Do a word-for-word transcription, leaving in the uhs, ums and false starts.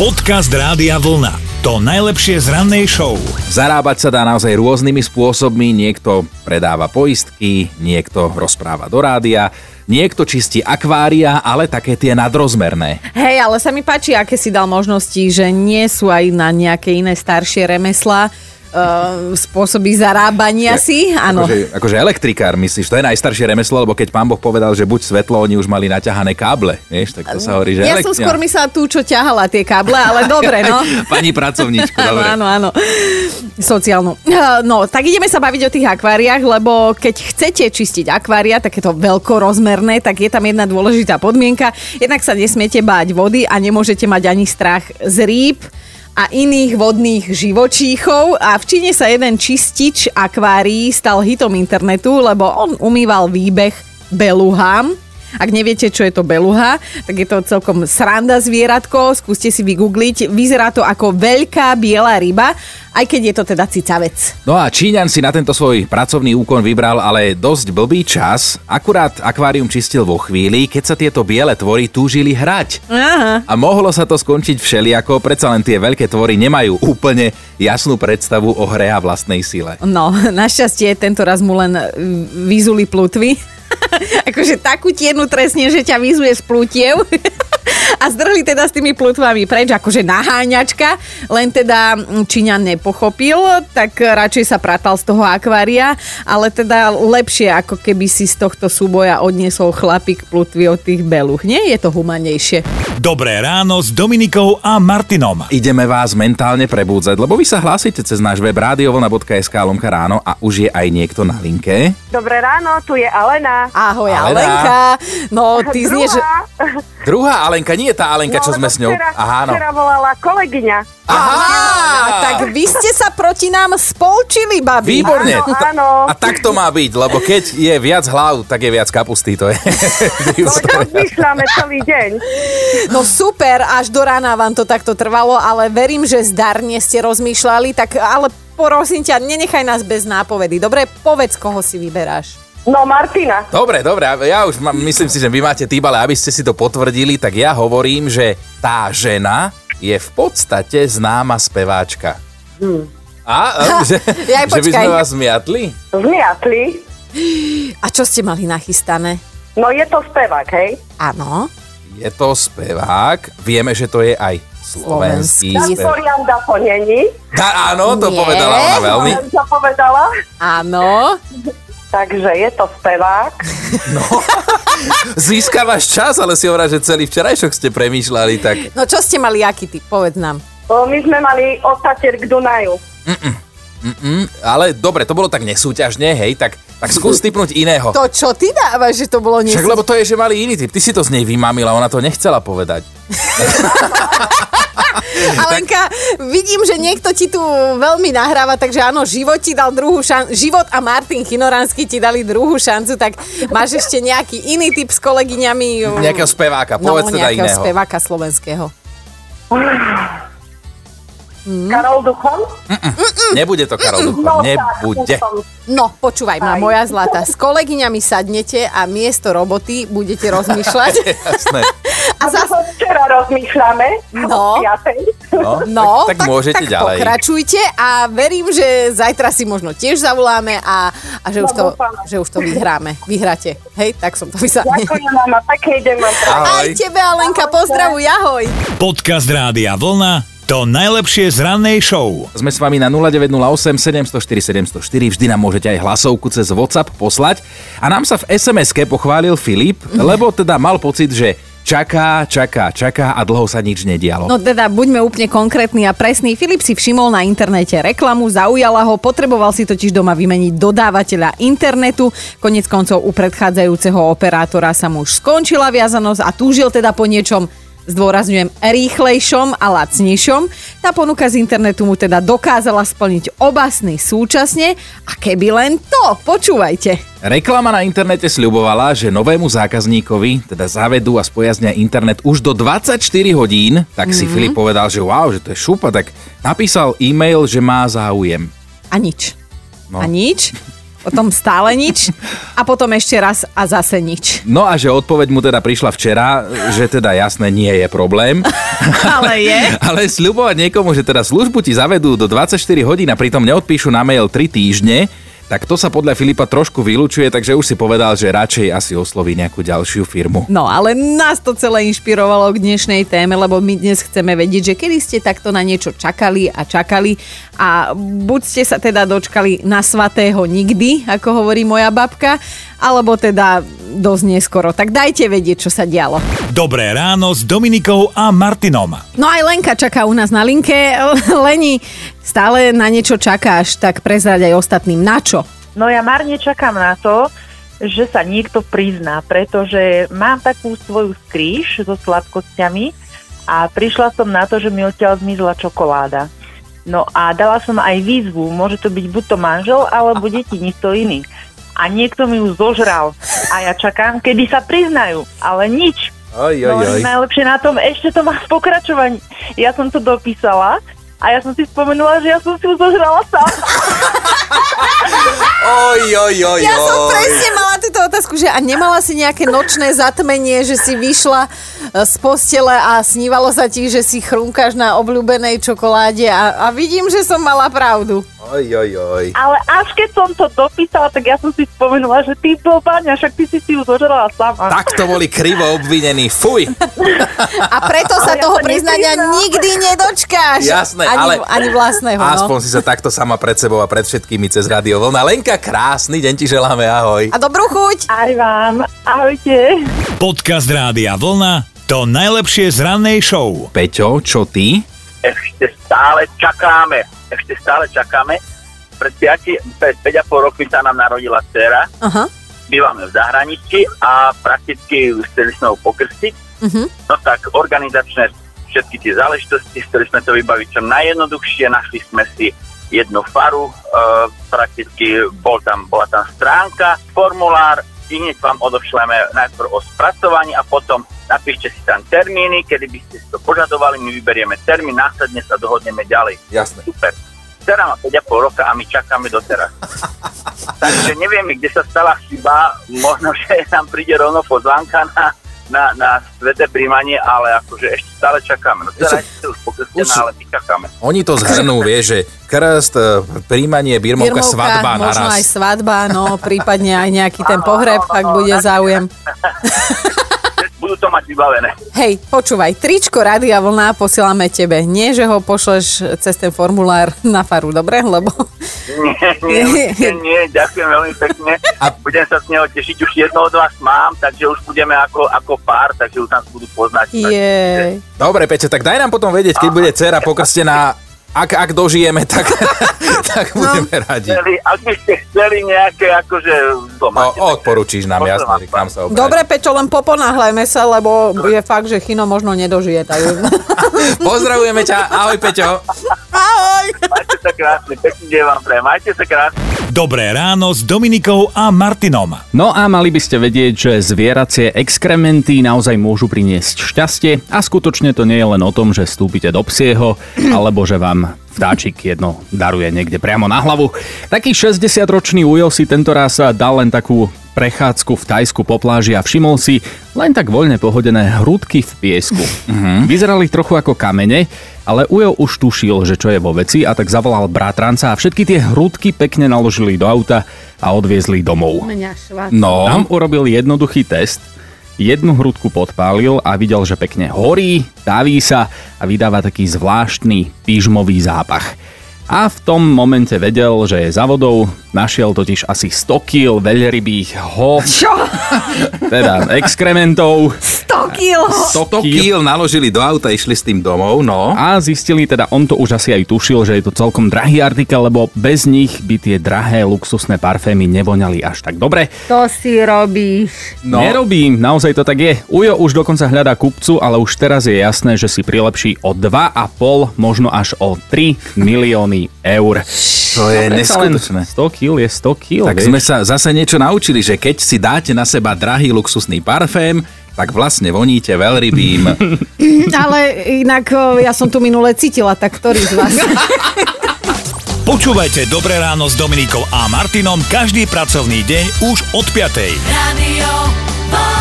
Podcast Rádia Vlna. To najlepšie z rannej show. Zarábať sa dá naozaj rôznymi spôsobmi. Niekto predáva poistky, niekto rozpráva do rádia, niekto čistí akvária, ale také tie nadrozmerné. Hej, ale sa mi páči, aké si dal možnosti, že nie sú aj na nejaké iné staršie remeslá Uh, spôsoby zarábania si, áno. Akože, akože elektrikár, myslíš, to je najstaršie remeslo, lebo keď pán Boh povedal, že buď svetlo, oni už mali naťahané káble, vieš, tak to sa hovorí, že Ja elektria... som skôr myslela tú, čo ťahala tie káble, ale dobre, no. Pani pracovníčku, dobre. Áno, áno, sociálnu. No, tak ideme sa baviť o tých akváriách, lebo keď chcete čistiť akvária, takéto veľkorozmerné, tak je tam jedna dôležitá podmienka. Jednak sa nesmiete báť vody a nemôžete mať ani strach z rýb a iných vodných živočíchov. A v Číne sa jeden čistič akvárií stal hitom internetu, lebo on umýval výbeh beluhám. Ak neviete, čo je to beluha, tak je to celkom sranda zvieratko, skúste si vygoogliť. Vyzerá to ako veľká biela ryba, aj keď je to teda cicavec. No a Číňan si na tento svoj pracovný úkon vybral ale dosť blbý čas. Akurát akvárium čistil vo chvíli, keď sa tieto biele tvory túžili hrať. Aha. A mohlo sa to skončiť všelijako, predsa len tie veľké tvory nemajú úplne jasnú predstavu o hre a vlastnej sile. No, našťastie tento raz mu len vyzuli plutvy. Akože takú tienu trestne, že ťa vyzuje z plutiev. A zdrhli teda s tými plutvami preč, akože naháňačka, len teda Číňan nepochopil, tak radšej sa pratal z toho akvária, ale teda lepšie, ako keby si z tohto súboja odniesol chlapík plutvy od tých beluch. Nie je to humanejšie. Dobré ráno s Dominikou a Martinom. Ideme vás mentálne prebúdzať, lebo vy sa hlásite cez náš web radiovlna bodka es ká lomka ráno a už je aj niekto na linke. Dobré ráno, tu je Alena. Ahoj, Alena. Alenka. No, ty Druhá. znieš... Druhá Alenka, nie je tá Alenka, čo no, sme s ňou. Včera, Aha, no. včera volala kolegyňa. Aha, tak vy ste sa proti nám spolčili, babi. Výborne. Áno, Ta- áno. A tak to má byť, lebo keď je viac hlav, tak je viac kapusty. To je. No, rozmýšľame celý deň. No super, až do rána vám to takto trvalo, ale verím, že zdarne ste rozmýšľali, tak ale prosím ťa, nenechaj nás bez nápovedy. Dobre, povedz, koho si vyberáš. No, Martina. Dobre, dobre, ja už mám, myslím si, že vy máte tým, ale aby ste si to potvrdili, tak ja hovorím, že tá žena je v podstate známa speváčka. Hmm. A, a že, Jaj, že by počkaj. sme vás zmiatli? Zmiatli. A čo ste mali nachystané? No, je to spevák, hej? Áno. Je to spevák, vieme, že to je aj slovenský Slovenský. spevák. Janda to není. Tá, áno, to Nie. povedala ona veľmi. Som to povedala. Áno. Takže je to spevák. No, získavaš čas, ale si hovorá, že celý včerajšok ste premýšľali, tak... No čo ste mali, aký typ? Povedz nám. O, My sme mali Osatier k Dunaju. Mm, ale dobre, to bolo tak nesúťažne, hej, tak, tak skús typnúť iného. To čo ty dávaš, že to bolo Však nesú... lebo to je, že mali iný typ. Ty si to z nej vymamila, ona to nechcela povedať. Alenka, vidím, že niekto ti tu veľmi nahráva, takže áno, život ti dal druhú šancu. Život a Martin Chinoránsky ti dali druhú šancu, tak máš ešte nejaký iný typ s kolegyňami? Nejakého speváka, No, povedz teda nejakého iného. speváka slovenského. Mm. Karol Duchon? Nebude to Karol Duchon, No, nebude. tak, Duchon. No, počúvaj ma, Aj. moja zlata. S kolegyňami sadnete a miesto roboty budete rozmýšľať. Jasné. A zas... To včera rozmýšľame. No. O piatej. No, No, tak, tak, môžete tak ďalej. pokračujte a verím, že zajtra si možno tiež zavoláme a, a že, už to, No, dúfam. že už to vyhráme. Vyhráte. Hej, tak som to vysvetla. Ďakujem vám a pekný deň vám. Ahoj. Aj tebe, Alenka, pozdravuj, ahoj. Podcast Rádia Vlna. To najlepšie z rannej show. Sme s vami na nula deväť nula osem sedem nula štyri sedem nula štyri. Vždy nám môžete aj hlasovku cez WhatsApp poslať. A nám sa v es em eske pochválil Filip, lebo teda mal pocit, že čaká, čaká, čaká a dlho sa nič nedialo. No teda buďme úplne konkrétni a presní. Filip si všimol na internete reklamu, zaujala ho, potreboval si totiž doma vymeniť dodávateľa internetu. Koniec koncov u predchádzajúceho operátora sa mu už skončila viazanosť a túžil teda po niečom, zdôrazňujem, rýchlejšom a lacnejšom. Tá ponuka z internetu mu teda dokázala splniť oba sny súčasne a keby len to, počúvajte. Reklama na internete sľubovala, že novému zákazníkovi teda zavedú a spojaznia internet už do dvadsaťštyri hodín, tak si mm-hmm. Filip povedal, že wow, že to je šupa, tak napísal e-mail, že má záujem. A nič. No. A nič. potom stále nič a potom ešte raz a zase nič. No a že odpoveď mu teda prišla včera, že teda jasné, nie je problém. Ale je. Ale sľubovať niekomu, že teda službu ti zavedú do dvadsaťštyri hodín a pritom neodpíšu na mail tri týždne, tak to sa podľa Filipa trošku vylučuje, takže už si povedal, že radšej asi osloví nejakú ďalšiu firmu. No, ale nás to celé inšpirovalo k dnešnej téme, lebo my dnes chceme vedieť, že kedy ste takto na niečo čakali a čakali a buď ste sa teda dočkali na svatého nikdy, ako hovorí moja babka, alebo teda dosť neskoro. Tak dajte vedieť, čo sa dialo. Dobré ráno s Dominikou a Martinom. No aj Lenka čaká u nás na linke. Leni, stále na niečo čakáš, tak prezrať aj ostatným. Na čo? No ja marne čakám na to, že sa niekto prizná, pretože mám takú svoju skrýš so sladkosťami a prišla som na to, že mi odtiaľ zmizla čokoláda. No a dala som aj výzvu, môže to byť buď to manžel, alebo deti, nikto iný. A niekto mi ju zožral a ja čakám, kedy sa priznajú, ale nič. Oj, oj, no oj. najlepšie na tom, ešte to má pokračovanie. Ja som to dopísala a ja som si spomenula, že ja som si ju zožrala sama. Oj, oj, oj, Ja som presne mala túto otázku, že a nemala si nejaké nočné zatmenie, že si vyšla z postele a snívalo sa ti, že si chrúmkaš na obľúbenej čokoláde a, a vidím, že som mala pravdu. Oj, oj, oj. Ale až keď som to dopísala, tak ja som si spomenula, že ty blbáňa, však ty si si ju zožrala sama. Tak to boli krivo obvinení, fuj. A preto sa Ale ja toho sa priznania nepriznám. nikdy nedočkáš. Jasné, ani, ale ani vlastného. aspoň No. si sa takto sama pred sebou a pred všetkými cez Radio Vlna. Lenka, krásny deň ti želáme, ahoj. A dobrú chuť. Aj vám, ahojte. Podcast Rádia Vlna, to najlepšie z rannej show. Peťo, čo ty? Ešte stále čakáme, ešte stále čakáme. Pred päť a pol roky sa nám narodila dcera, Aha. bývame v zahraničí a prakticky chceli sme ho pokrstiť. Uh-huh. No tak organizačné všetky tie záležitosti, chceli sme to vybaviť čo najjednoduchšie, našli sme si jednu faru, e, prakticky bol tam, bola tam stránka, formulár, i hneď vám odošleme najprv o spracovaní a potom napíšte si tam termíny, kedy by ste si to požadovali, my vyberieme termín, následne sa dohodneme ďalej. Jasné. Super. Dcera má päť a pol roka a my čakáme doteraz. Takže nevieme, kde sa stala chyba, možno, že nám príde rovno pozvánka na, na, na sveté príjmanie, ale akože ešte stále čakáme. No dcera je už pokrstená, už- ale my čakáme. Oni to zhrnú, vieš, že krst, e, príjmanie, birmovka, Birmovka, svadba možno naraz. aj svadba, no prípadne aj nejaký ten pohreb, ak bude záujem. Budú to mať vybavené. Hej, počúvaj, tričko Rádia Vlna posielame tebe. Nie, že ho pošleš cez ten formulár na faru, dobre? Lebo... Nie, nie, nie, nie, ďakujem veľmi pekne. A budem sa z neho tešiť, už jedno od vás mám, takže už budeme ako, ako pár, takže už nás budú poznať. Jej. Dobre, Peťo, tak daj nám potom vedieť, keď bude dcera pokrstená, ak, ak dožijeme, tak, tak budeme radi. Chceli, ak by ste chceli nejaké, akože... To O, máte, odporúčiš nám, Pozdrav jasne, že k nám sa obráť. Dobre, Pečo, len poponáhľajme sa, lebo je fakt, že Chino možno nedožije. Tak... Pozdravujeme ťa, ahoj Peťo. Ahoj! Majte sa krásne, pekný deň vám pre, majte sa krásne. Dobré ráno s Dominikou a Martinom. No a mali by ste vedieť, že zvieracie exkrementy naozaj môžu priniesť šťastie a skutočne to nie je len o tom, že vstúpite do psieho alebo že vám vtáčik jedno daruje niekde priamo na hlavu. Taký šesťdesiatročný ujo si tentoraz dal len takú prechádzku v Tajsku po pláži a všimol si len tak voľne pohodené hrudky v piesku. Uh-huh. Vyzerali trochu ako kamene, ale ujo už tušil, že čo je vo veci a tak zavolal bratranca a všetky tie hrudky pekne naložili do auta a odviezli domov. Mňa švác. No, Tam urobil jednoduchý test, jednu hrudku podpálil a videl, že pekne horí, táví sa a vydáva taký zvláštny pyžmový zápach. A v tom momente vedel, že je za vodou, našiel totiž asi sto kíl veľrybých ho... Čo? teda exkrementov. sto kíl. sto kíl naložili do auta, išli s tým domov, no. A zistili, teda on to už asi aj tušil, že je to celkom drahý artikel, lebo bez nich by tie drahé luxusné parfémy nevoňali až tak dobre. To si robíš. No. Nerobím, naozaj to tak je. Ujo už dokonca hľadá kupcu, ale už teraz je jasné, že si prilepší o dva a pol, možno až o tri milióny eur. To je Predsa len neskutočné. sto kíl je sto kíl, Tak vieš? sme sa zase niečo naučili, že keď si dáte na seba drahý luxusný parfém, tak vlastne voníte veľrybým. Ale inak o, ja som tu minule cítila, tak ktorý z vás? Počúvajte Dobré ráno s Dominikou a Martinom každý pracovný deň už od piatej. Radio